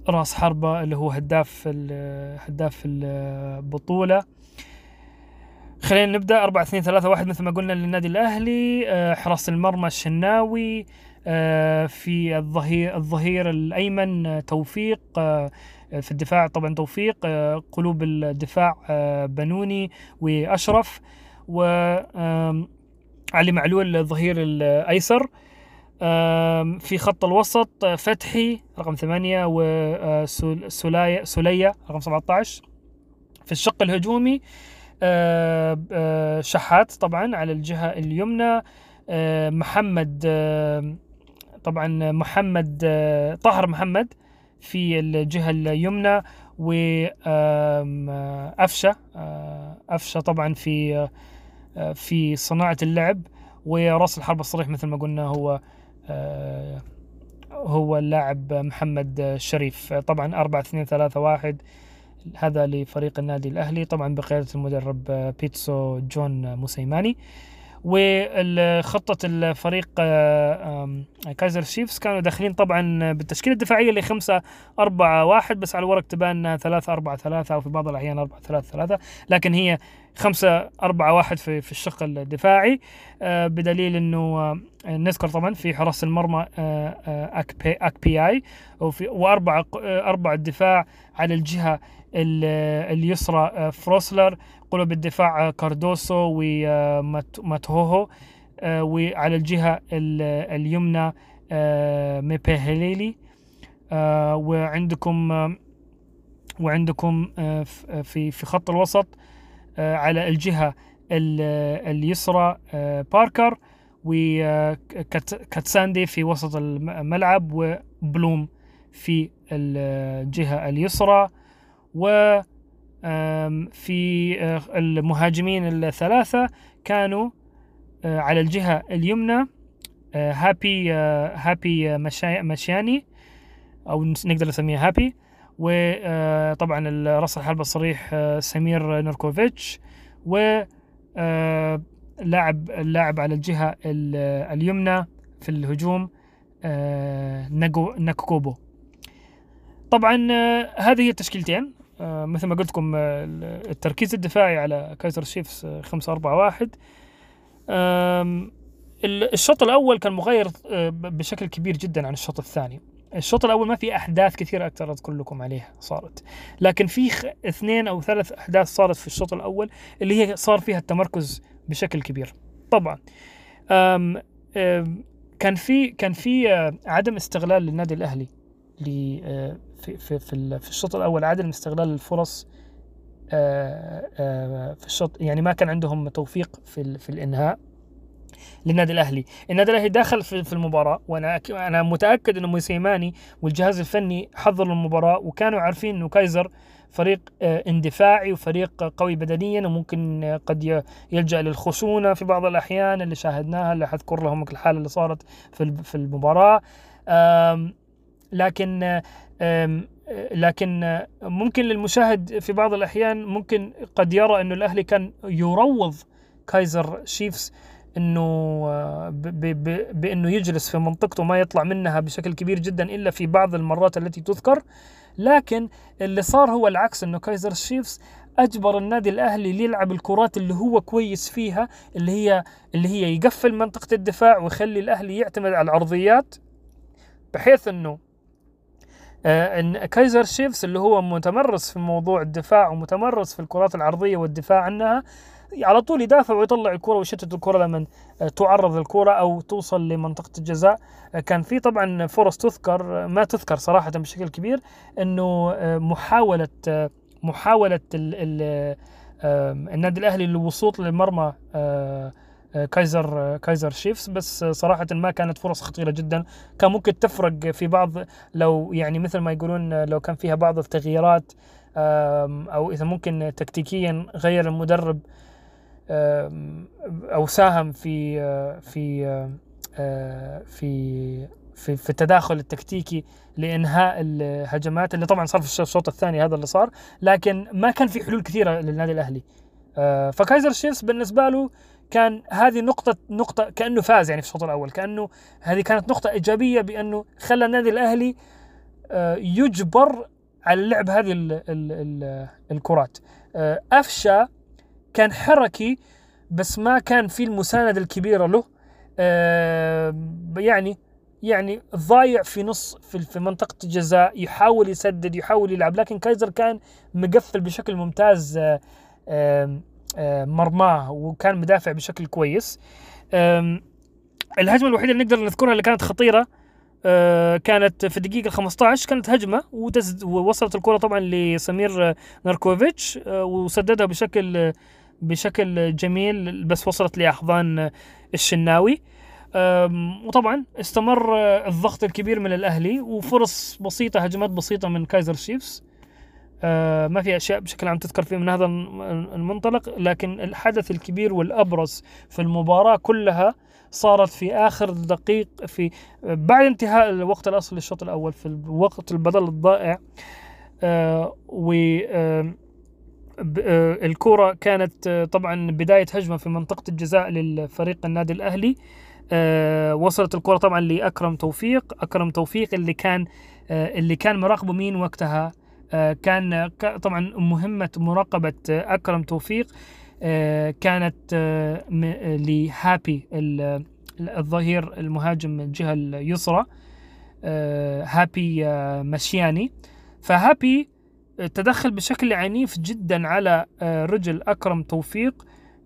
راس حربة اللي هو هداف هداف البطولة. خلينا نبدأ. أربعة اثنين ثلاثة واحد مثل ما قلنا للنادي الأهلي. حراس المرمى الشناوي، في الظهير الظهير الأيمن توفيق، في الدفاع طبعا توفيق، قلوب الدفاع بنوني وأشرف، وعلي معلول الظهير الأيسر. في خط الوسط فتحي رقم ثمانية وسولية سولية رقم سبعة عشر. في الشق الهجومي شحات طبعا على الجهة اليمنى، محمد طبعا محمد طاهر محمد في الجهة اليمنى، وأفشة أفشة طبعا في في صناعة اللعب، وراس الحربة الصريح مثل ما قلنا هو هو اللاعب محمد شريف. طبعا أربعة اثنين ثلاثة واحد هذا لفريق النادي الأهلي طبعا بقيادة المدرب بيتسو جون موسيماني. والخطة الفريق كايزر شيفز كانوا داخلين طبعا بالتشكيلة الدفاعية اللي خمسة أربعة واحد، بس على الورق تبان ثلاثة أربعة ثلاثة أو في بعض الأحيان أربعة ثلاثة ثلاثة، لكن هي خمسة أربعة واحد في في الشق الدفاعي، بدليل إنه نذكر طبعا في حراس المرمى أكبي أكبياي، وفي وأربعة أربعة الدفاع على الجهة اليسرى فروسلر، قلوب الدفاع كاردوسو وماتهوهو، وعلى الجهة اليمنى ميبيهليلي، وعندكم وعندكم في في خط الوسط على الجهة اليسرى باركر وكاتساندي في وسط الملعب، وبلوم في الجهة اليسرى. و في المهاجمين الثلاثة كانوا على الجهة اليمنى هابي هابي مشياني أو نقدر نسميه هابي، وطبعا راس الحربة الصريح سمير نوركوفيتش، ولاعب اللاعب على الجهة اليمنى في الهجوم ناكوبو. طبعا هذه التشكيلتين مثل ما قلت لكم، التركيز الدفاعي على كايزر شيفز خمسة أربعة واحد. الشوط الأول كان مغير بشكل كبير جدا عن الشوط الثاني. الشوط الأول ما في أحداث كثيرة أقدر أذكر لكم عليها صارت، لكن في اثنين أو ثلاث أحداث صارت في الشوط الأول اللي هي صار فيها التمركز بشكل كبير. طبعا أم أم كان في كان في عدم استغلال للنادي الأهلي في في في في الشوط الأول، عدم استغلال الفرص في الشوط، يعني ما كان عندهم توفيق في في الإنهاء للنادي الأهلي. النادي الأهلي داخل في في المباراة، وأنا أنا متأكد إنه موسيماني والجهاز الفني حضروا المباراة وكانوا عارفين إنه كايزر فريق اندفاعي وفريق قوي بدنيا، وممكن قد يلجأ للخشونة في بعض الأحيان اللي شاهدناها، اللي حذكر لهم الحالة اللي صارت في في المباراة. لكن لكن ممكن للمشاهد في بعض الأحيان ممكن قد يرى إنه الأهلي كان يروض كايزر شيفز إنه بإنه يجلس في منطقته ما يطلع منها بشكل كبير جدا إلا في بعض المرات التي تذكر. لكن اللي صار هو العكس، إنه كايزر شيفز أجبر النادي الأهلي ليلعب الكرات اللي هو كويس فيها، اللي هي اللي هي يقفل منطقة الدفاع ويخلي الأهلي يعتمد على العرضيات، بحيث إنه آه إن كايزر شيفز اللي هو متمرس في موضوع الدفاع ومتمرس في الكرات العرضية والدفاع عنها على طول يدافع ويطلع الكرة ويشتت الكرة لما تعرض الكرة أو توصل لمنطقة الجزاء. كان في طبعا فرص تذكر ما تذكر صراحة بشكل كبير، إنه محاولة محاولة ال ال النادي الأهلي للوصول للمرمى كايزر كايزر شيفز، بس صراحة ما كانت فرص خطيرة جدا، كان ممكن تفرق في بعض، لو يعني مثل ما يقولون لو كان فيها بعض التغييرات، أو إذا ممكن تكتيكيا غير المدرب أو ساهم في في في في في التداخل التكتيكي لإنهاء الهجمات اللي طبعا صار في الشوط الثاني، هذا اللي صار، لكن ما كان في حلول كثيرة للنادي الأهلي. فكايزر شيفز بالنسبة له كان هذه نقطة نقطة كأنه فاز يعني في الشوط الأول، كأنه هذه كانت نقطة إيجابية بأنه خلى النادي الأهلي يجبر على لعب هذه ال ال ال الكرات. أفشا كان حركي بس ما كان في المساندة الكبيرة له، يعني يعني ضايع في نص في في منطقة الجزاء، يحاول يسدد يحاول يلعب، لكن كايزر كان مقفل بشكل ممتاز مرماه وكان مدافع بشكل كويس. الهجمة الوحيدة اللي نقدر نذكرها اللي كانت خطيرة كانت في الدقيقة خمسة عشر، كانت هجمة ووصلت الكرة طبعا لسمير ناركوفيتش وسددها بشكل بشكل جميل، بس وصلت لأحضان الشناوي. وطبعا استمر الضغط الكبير من الأهلي وفرص بسيطة، هجمات بسيطة من كايزر شيفز، ما في أشياء بشكل عام تذكر فيه من هذا المنطلق، لكن الحدث الكبير والأبرز في المباراة كلها صارت في آخر دقيق في بعد انتهاء الوقت الأصلي للشوط الأول، في الوقت البدل الضائع. والكرة كانت طبعا بداية هجمة في منطقة الجزاء للفريق النادي الأهلي. وصلت الكرة طبعا لأكرم توفيق، أكرم توفيق اللي كان اللي كان مراقبه مين وقتها؟ كان طبعا مهمة مراقبة أكرم توفيق كانت لهابي الظهير المهاجم من الجهة اليسرى، هابي مشياني. فهابي تدخل بشكل عنيف جدا على رجل أكرم توفيق،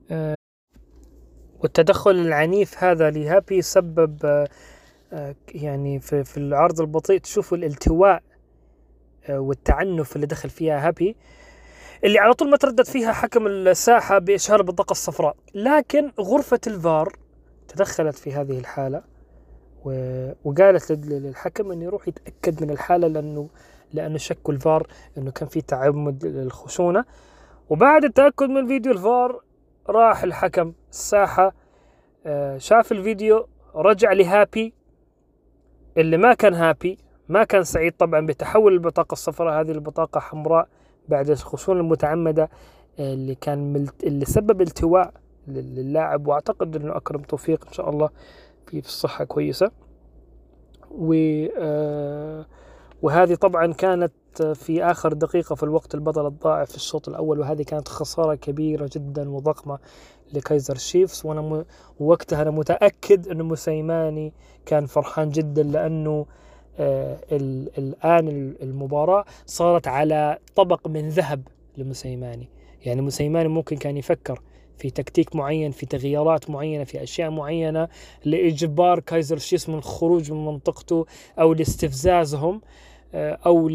والتدخل العنيف هذا لهابي سبب يعني في في العرض البطيء تشوفوا الالتواء والتعنف اللي دخل فيها هابي، اللي على طول ما تردد فيها حكم الساحة بإشهار البطاقة الصفراء. لكن غرفة الفار تدخلت في هذه الحالة وقالت للحكم أن يروح يتأكد من الحالة، لأنه لأنه شكوا الفار أنه كان في تعمد للخشونة. وبعد التأكد من فيديو الفار راح الحكم الساحة، شاف الفيديو، رجع لهابي اللي ما كان هابي، ما كان سعيد طبعا بتحول البطاقة الصفراء هذه البطاقة حمراء بعد الخشونة المتعمدة اللي كان ملت... اللي سبب التواء للاعب. واعتقد انه اكرم توفيق ان شاء الله في الصحة كويسة. و آه... وهذه طبعا كانت في اخر دقيقة في الوقت البدل الضائع في الشوط الاول، وهذه كانت خسارة كبيرة جدا وضخمة لكايزر شيفز. وانا م... وقتها انا متأكد انه موسيماني كان فرحان جدا، لانه آه الآن المباراة صارت على طبق من ذهب لموسيماني. يعني موسيماني ممكن كان يفكر في تكتيك معين، في تغييرات معينة، في أشياء معينة لإجبار كايزر شيفز من الخروج من منطقته أو لاستفزازهم، آه أو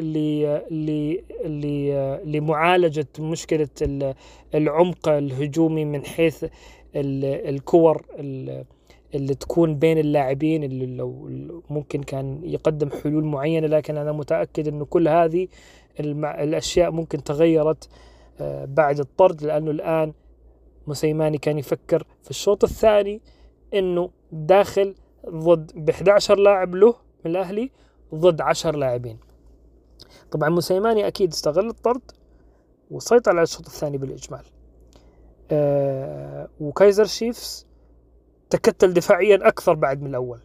لمعالجة مشكلة العمق الهجومي من حيث الكور اللي تكون بين اللاعبين، اللي لو ممكن كان يقدم حلول معينة. لكن أنا متأكد أنه كل هذه الأشياء ممكن تغيرت بعد الطرد، لأنه الآن موسيماني كان يفكر في الشوط الثاني أنه داخل ضد بإحدى عشر لاعب له من الأهلي ضد عشر لاعبين. طبعا موسيماني أكيد استغل الطرد وسيطر على الشوط الثاني بالإجمال. أه وكايزر شيفز تكتل دفاعيا أكثر بعد من الأول.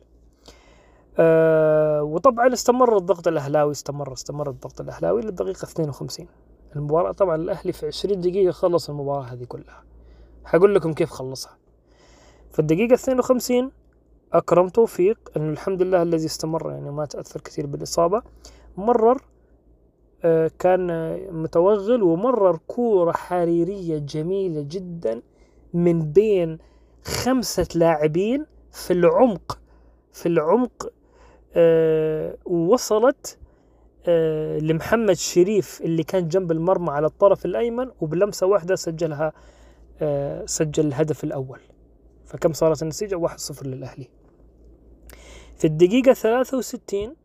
أه وطبعا استمر الضغط الأهلاوي استمر استمر الضغط الأهلاوي للدقيقة اثنين وخمسين. المباراة طبعا الأهلي في عشرين دقيقة خلص المباراة هذه كلها. هقول لكم كيف خلصها. في الدقيقة اثنين وخمسين أكرم توفيق، إنه الحمد لله الذي استمر، يعني ما تأثر كثير بالإصابة، مرر أه كان متوغل ومرر كورة حريرية جميلة جدا من بين خمسة لاعبين في العمق في العمق أه ووصلت أه لمحمد شريف اللي كان جنب المرمى على الطرف الأيمن، وبلمسة واحدة سجلها أه سجل الهدف الأول. فكم صارت النتيجة؟ واحد صفر للأهلي. في الدقيقة ثلاثة وستين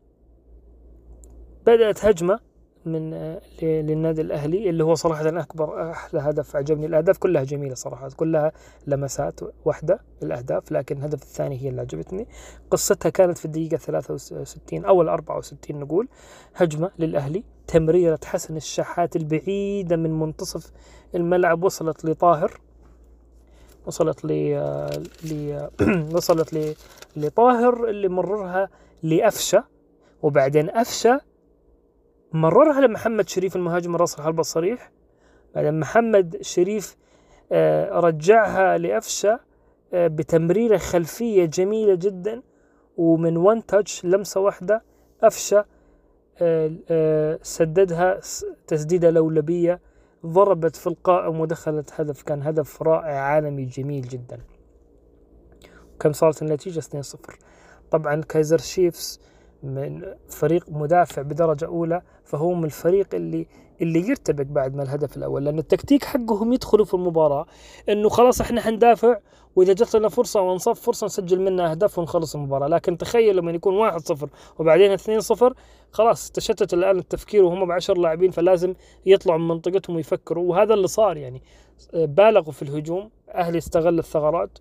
بدأت هجمة من آه للنادي الأهلي، اللي هو صراحة أكبر أحلى هدف عجبني. الأهداف كلها جميلة صراحة، كلها لمسات واحدة الأهداف، لكن الهدف الثاني هي اللي عجبتني. قصتها كانت في الدقيقة ثلاثة وستين أو الأربعة وستين نقول. هجمة للأهلي، تمريرة حسن الشحات البعيدة من منتصف الملعب، وصلت لطاهر وصلت ل وصلت لطاهر اللي مررها لأفشا، وبعدين أفشة مررها لمحمد شريف المهاجم الراس الحربة الصريح، بعدين محمد شريف رجعها لأفشة بتمريرة خلفية جميلة جدا، ومن وان تاتش لمسة واحدة أفشة سددها تسديدة لولبية ضربت في القائم ودخلت هدف، كان هدف رائع عالمي جميل جدا. وكم صارت النتيجة اثنين صفر. طبعا كايزر شيفز من فريق مدافع بدرجة أولى، فهو من الفريق اللي اللي يرتبك بعد ما الهدف الأول، لأن التكتيك حقهم يدخلوا في المباراة إنه خلاص إحنا حندافع، وإذا جت لنا فرصة ونصف فرصة نسجل منها أهداف ونخلص المباراة. لكن تخيل لما يكون واحد صفر وبعدين اثنين صفر، خلاص تشتت الآن التفكير، وهم بعشر لاعبين فلازم يطلعوا من منطقتهم ويفكروا، وهذا اللي صار. يعني بالغوا في الهجوم، أهلي استغل الثغرات،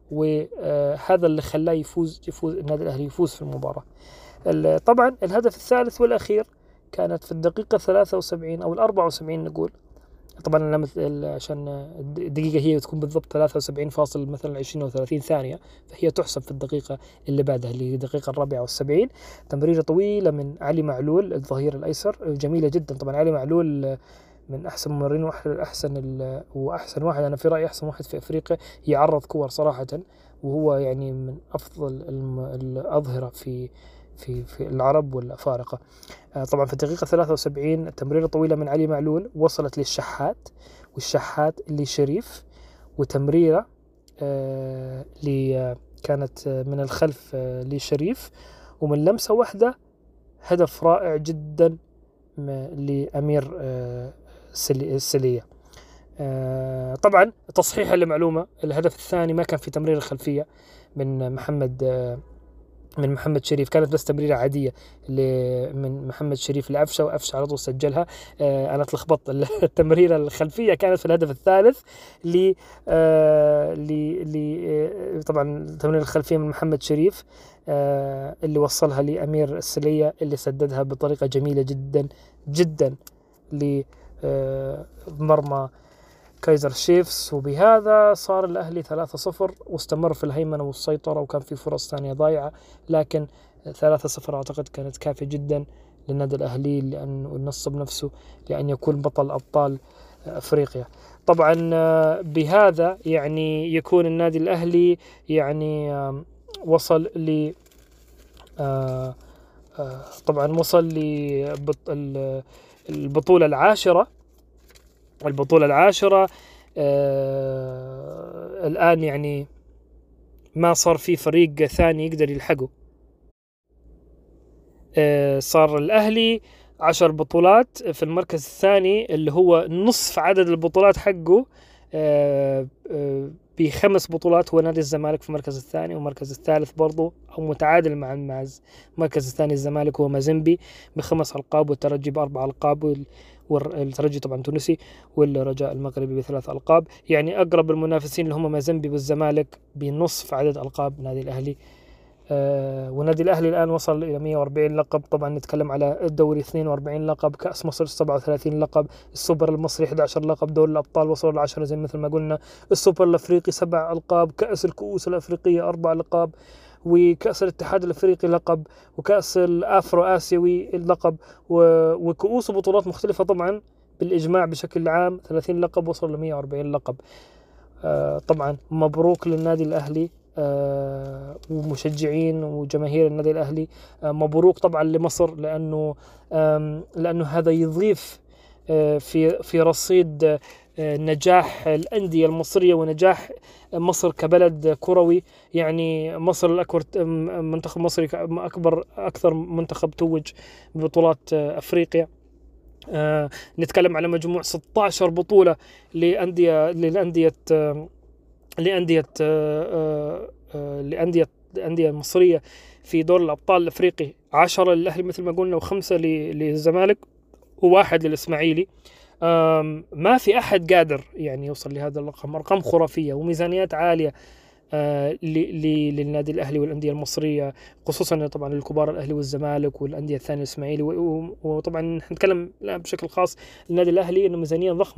وهذا اللي خلاه يفوز يفوز النادي الأهلي يفوز في المباراة. طبعا الهدف الثالث والأخير كانت في الدقيقة ثلاثة وسبعين أو الأربعة وسبعين نقول، طبعا عشان الدقيقة هي تكون بالضبط ثلاثة وسبعين فاصل مثلا عشرين أو ثلاثين ثانية، فهي تحسب في الدقيقة اللي بعدها اللي هي الدقيقة الرابعة والسبعين. تمريرة طويلة من علي معلول الظهير الأيسر جميلة جدا. طبعا علي معلول من أحسن ممرين وأحسن وأحسن واحد، أنا في رأيي أحسن واحد في أفريقيا يعرض كور صراحة، وهو يعني من أفضل الأظهرة في في في العرب والأفارقة. طبعا في الدقيقة ثلاثة وسبعين تمريرة طويلة من علي معلول وصلت للشحات، والشحات اللي شريف، وتمريرة آه اللي كانت من الخلف آه لشريف، ومن لمسة واحدة هدف رائع جدا لأمير آه السلية. آه طبعا تصحيحا لمعلومة، الهدف الثاني ما كان في تمريرة خلفية من محمد آه من محمد شريف، كانت بس تمريرة عادية من محمد شريف لأفشة، وأفشة على طول سجلها. آه أنا تلخبطت، التمريرة الخلفية كانت في الهدف الثالث ل آه ل طبعا التمريرة الخلفية من محمد شريف آه اللي وصلها لأمير السلية، اللي سددها بطريقة جميلة جدا جدا لمرمى كايزر شيفز. وبهذا صار الأهلي ثلاثة صفر، واستمر في الهيمنة والسيطرة، وكان في فرص ثانية ضايعة، لكن ثلاثة صفر أعتقد كانت كافية جدا للنادي الأهلي لأن ينصب نفسه لأن يكون بطل أبطال أفريقيا. طبعا بهذا يعني يكون النادي الأهلي يعني وصل ل طبعا وصل للبطولة العاشرة البطولة العاشرة آه الآن يعني ما صار في فريق ثاني يقدر يلحقه. آه صار الأهلي عشر بطولات في المركز الثاني اللي هو نصف عدد البطولات حقه آه آه بخمس بطولات، هو نادي الزمالك في المركز الثاني، ومركز الثالث برضو أو متعادل مع المركز الثاني الزمالك هو مازيمبي بخمس ألقاب، والترجي بأربع ألقاب، والترجي طبعا تونسي، والرجاء المغربي بثلاث ألقاب. يعني أقرب المنافسين اللي هم مازيمبي والزمالك بنصف عدد ألقاب نادي الأهلي. آه ونادي الأهلي الآن وصل إلى مئة وأربعين لقب. طبعا نتكلم على الدوري اثنين وأربعين لقب، كأس مصر سبعة وثلاثين لقب، السوبر المصري أحد عشر لقب، دوري الأبطال وصلوا العشرة زي مثل ما قلنا، السوبر الأفريقي سبع ألقاب، كأس الكؤوس الأفريقية أربع لقب، وكأس الاتحاد الأفريقي لقب، وكأس الأفرو آسيوي اللقب، وكؤوس وبطولات مختلفة. طبعا بالإجماع بشكل عام ثلاثين لقب، وصل ل مئة وأربعين لقب. آه طبعا مبروك للنادي الأهلي آه ومشجعين وجماهير النادي الأهلي. آه مبروك طبعا لمصر، لأنه آه لأنه هذا يضيف آه في في رصيد آه نجاح الأندية المصرية ونجاح مصر كبلد كروي. يعني مصر الأكبر، منتخب مصري أكبر أكثر منتخب توج ببطولات أفريقيا. آه نتكلم على مجموع ستة عشر بطولة لأندية للأندية لأندية آه آه لأندية الأندية المصرية في دور الأبطال الأفريقي، عشرة للأهلي مثل ما قلنا، وخمسة للزمالك، وواحد للإسماعيلي. ما في أحد قادر يعني يوصل لهذا الرقم، أرقام خرافية وميزانيات عالية آه للنادي الأهلي والأندية المصرية، خصوصا طبعا الكبار الأهلي والزمالك والأندية الثانية الإسماعيلي. وطبعا نتكلم بشكل خاص النادي الأهلي إنه ميزانية ضخمة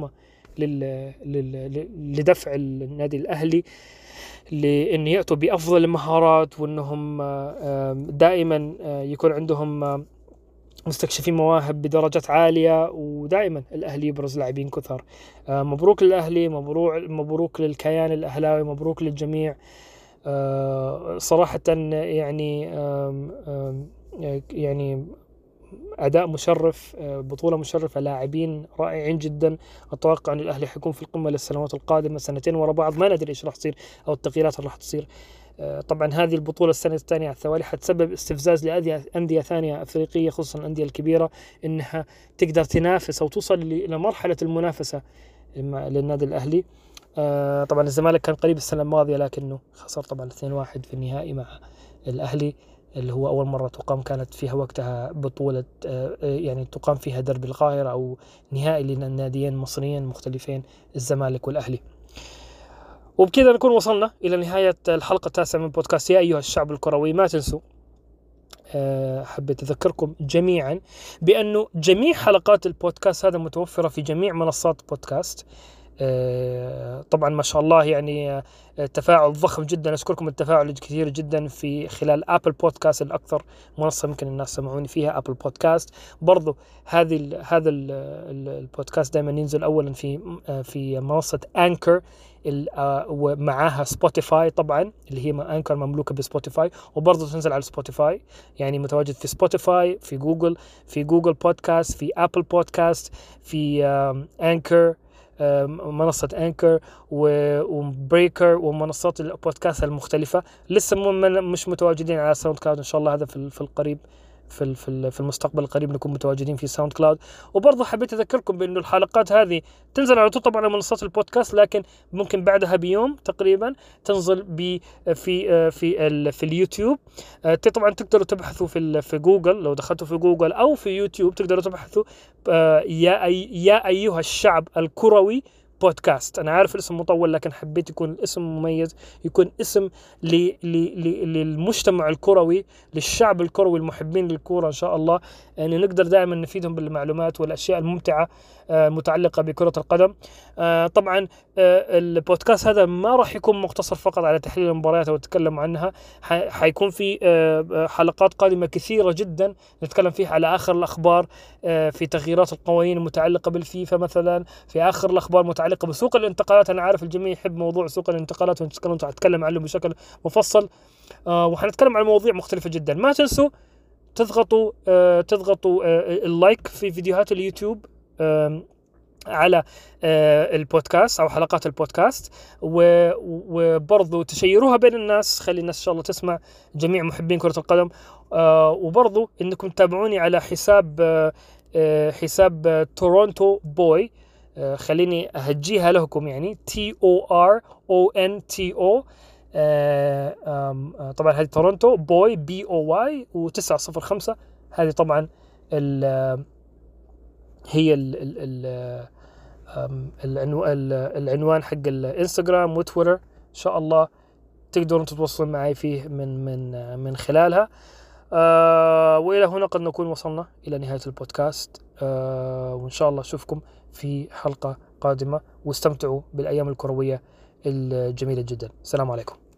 لدفع النادي الأهلي لأن يأتوا بأفضل المهارات، وأنهم دائما يكون عندهم مستكشفين مواهب بدرجات عالية، ودائما الأهلي يبرز لاعبين كثر. مبروك للأهلي، مبروك مبروك للكيان الأهلاوي، مبروك للجميع. صراحة يعني يعني أداء مشرف، بطولة مشرفة، لاعبين رائعين جدا. أتوقع أن الأهلي حيكون في القمة للسنوات القادمة، سنتين وراء بعض، ما ندري إيش راح تصير أو التغييرات اللي راح تصير. طبعا هذه البطولة السنة الثانية على التوالي حتسبب استفزاز لأندية ثانية أفريقية، خصوصا الأندية الكبيرة، إنها تقدر تنافس أو توصل لمرحلة المنافسة للنادي الأهلي. طبعا الزمالك كان قريب السنة الماضية لكنه خسر طبعا اثنين واحد في النهائي مع الأهلي، اللي هو أول مرة تقام كانت فيها وقتها بطولة يعني تقام فيها دربي القاهرة أو نهائي للناديين مصريين مختلفين، الزمالك والأهلي. وبكذا نكون وصلنا إلى نهاية الحلقة التاسعة من بودكاست يا أيها الشعب الكروي. ما تنسوا، حبيت أذكركم جميعا بأنه جميع حلقات البودكاست هذا متوفرة في جميع منصات بودكاست. طبعا ما شاء الله يعني التفاعل ضخم جدا، أشكركم التفاعل كثير جدا في خلال أبل بودكاست، الأكثر منصة ممكن الناس سمعوني فيها أبل بودكاست. برضو هذه ال هذا ال البودكاست دائما ينزل أولا في في منصة أنكر ومعاها سبوتيفاي طبعا، اللي هي أنكر مملوكة بسبوتيفاي، وبرضو تنزل على سبوتيفاي، يعني متواجد في سبوتيفاي، في جوجل، في جوجل بودكاست، في أبل بودكاست، في أنكر، منصة أنكر وبريكر ومنصات البودكاست المختلفة. لسه مش متواجدين على ساوند كلاود، إن شاء الله هذا في القريب، في في المستقبل القريب نكون متواجدين في ساوند كلاود. وبرضه حبيت أذكركم بأنه الحلقات هذه تنزل على طول طبعا على منصات البودكاست، لكن ممكن بعدها بيوم تقريبا تنزل ب في في في اليوتيوب. طبعا تقدروا تبحثوا في في جوجل، لو دخلتوا في جوجل أو في يوتيوب تقدروا تبحثوا يا أي يا أيها الشعب الكروي بودكاست. أنا عارف الاسم مطول لكن حبيت يكون الاسم مميز، يكون اسم ل ل ل للمجتمع الكروي، للشعب الكروي، المحبين للكرة إن شاء الله، يعني نقدر دائما نفيدهم بالمعلومات والأشياء الممتعة متعلقة بكرة القدم. طبعا البودكاست هذا ما راح يكون مقتصر فقط على تحليل المباريات أو نتكلم عنها، حيكون في حلقات قادمة كثيرة جدا نتكلم فيها على آخر الأخبار في تغييرات القوانين المتعلقة بالفيفا مثلا، في آخر الأخبار متعلقة بسوق الانتقالات. أنا عارف الجميع يحب موضوع سوق الانتقالات ونتكلم عنه بشكل مفصل، وحنتكلم عن مواضيع مختلفة جدا. ما تنسوا تضغطوا تضغطوا اللايك في فيديوهات اليوتيوب على البودكاست أو حلقات البودكاست، وبرضو تشيروها بين الناس، خلي الناس إن شاء الله تسمع، جميع محبين كرة القدم. وبرضو إنكم تتابعوني على حساب حساب تورونتو بوي، خليني أهجيها لكم، يعني T O R O N T O. طبعا هذه تورونتو بوي B O Y وتسعة صفر خمسة، هذه طبعا ال هي ال ال العنوان حق الانستغرام وتويتر. إن شاء الله تقدرون تتواصلون معي فيه من من من خلالها. آه وإلى هنا قد نكون وصلنا إلى نهاية البودكاست، آه وإن شاء الله أشوفكم في حلقة قادمة، واستمتعوا بالأيام الكروية الجميلة جدا. السلام عليكم.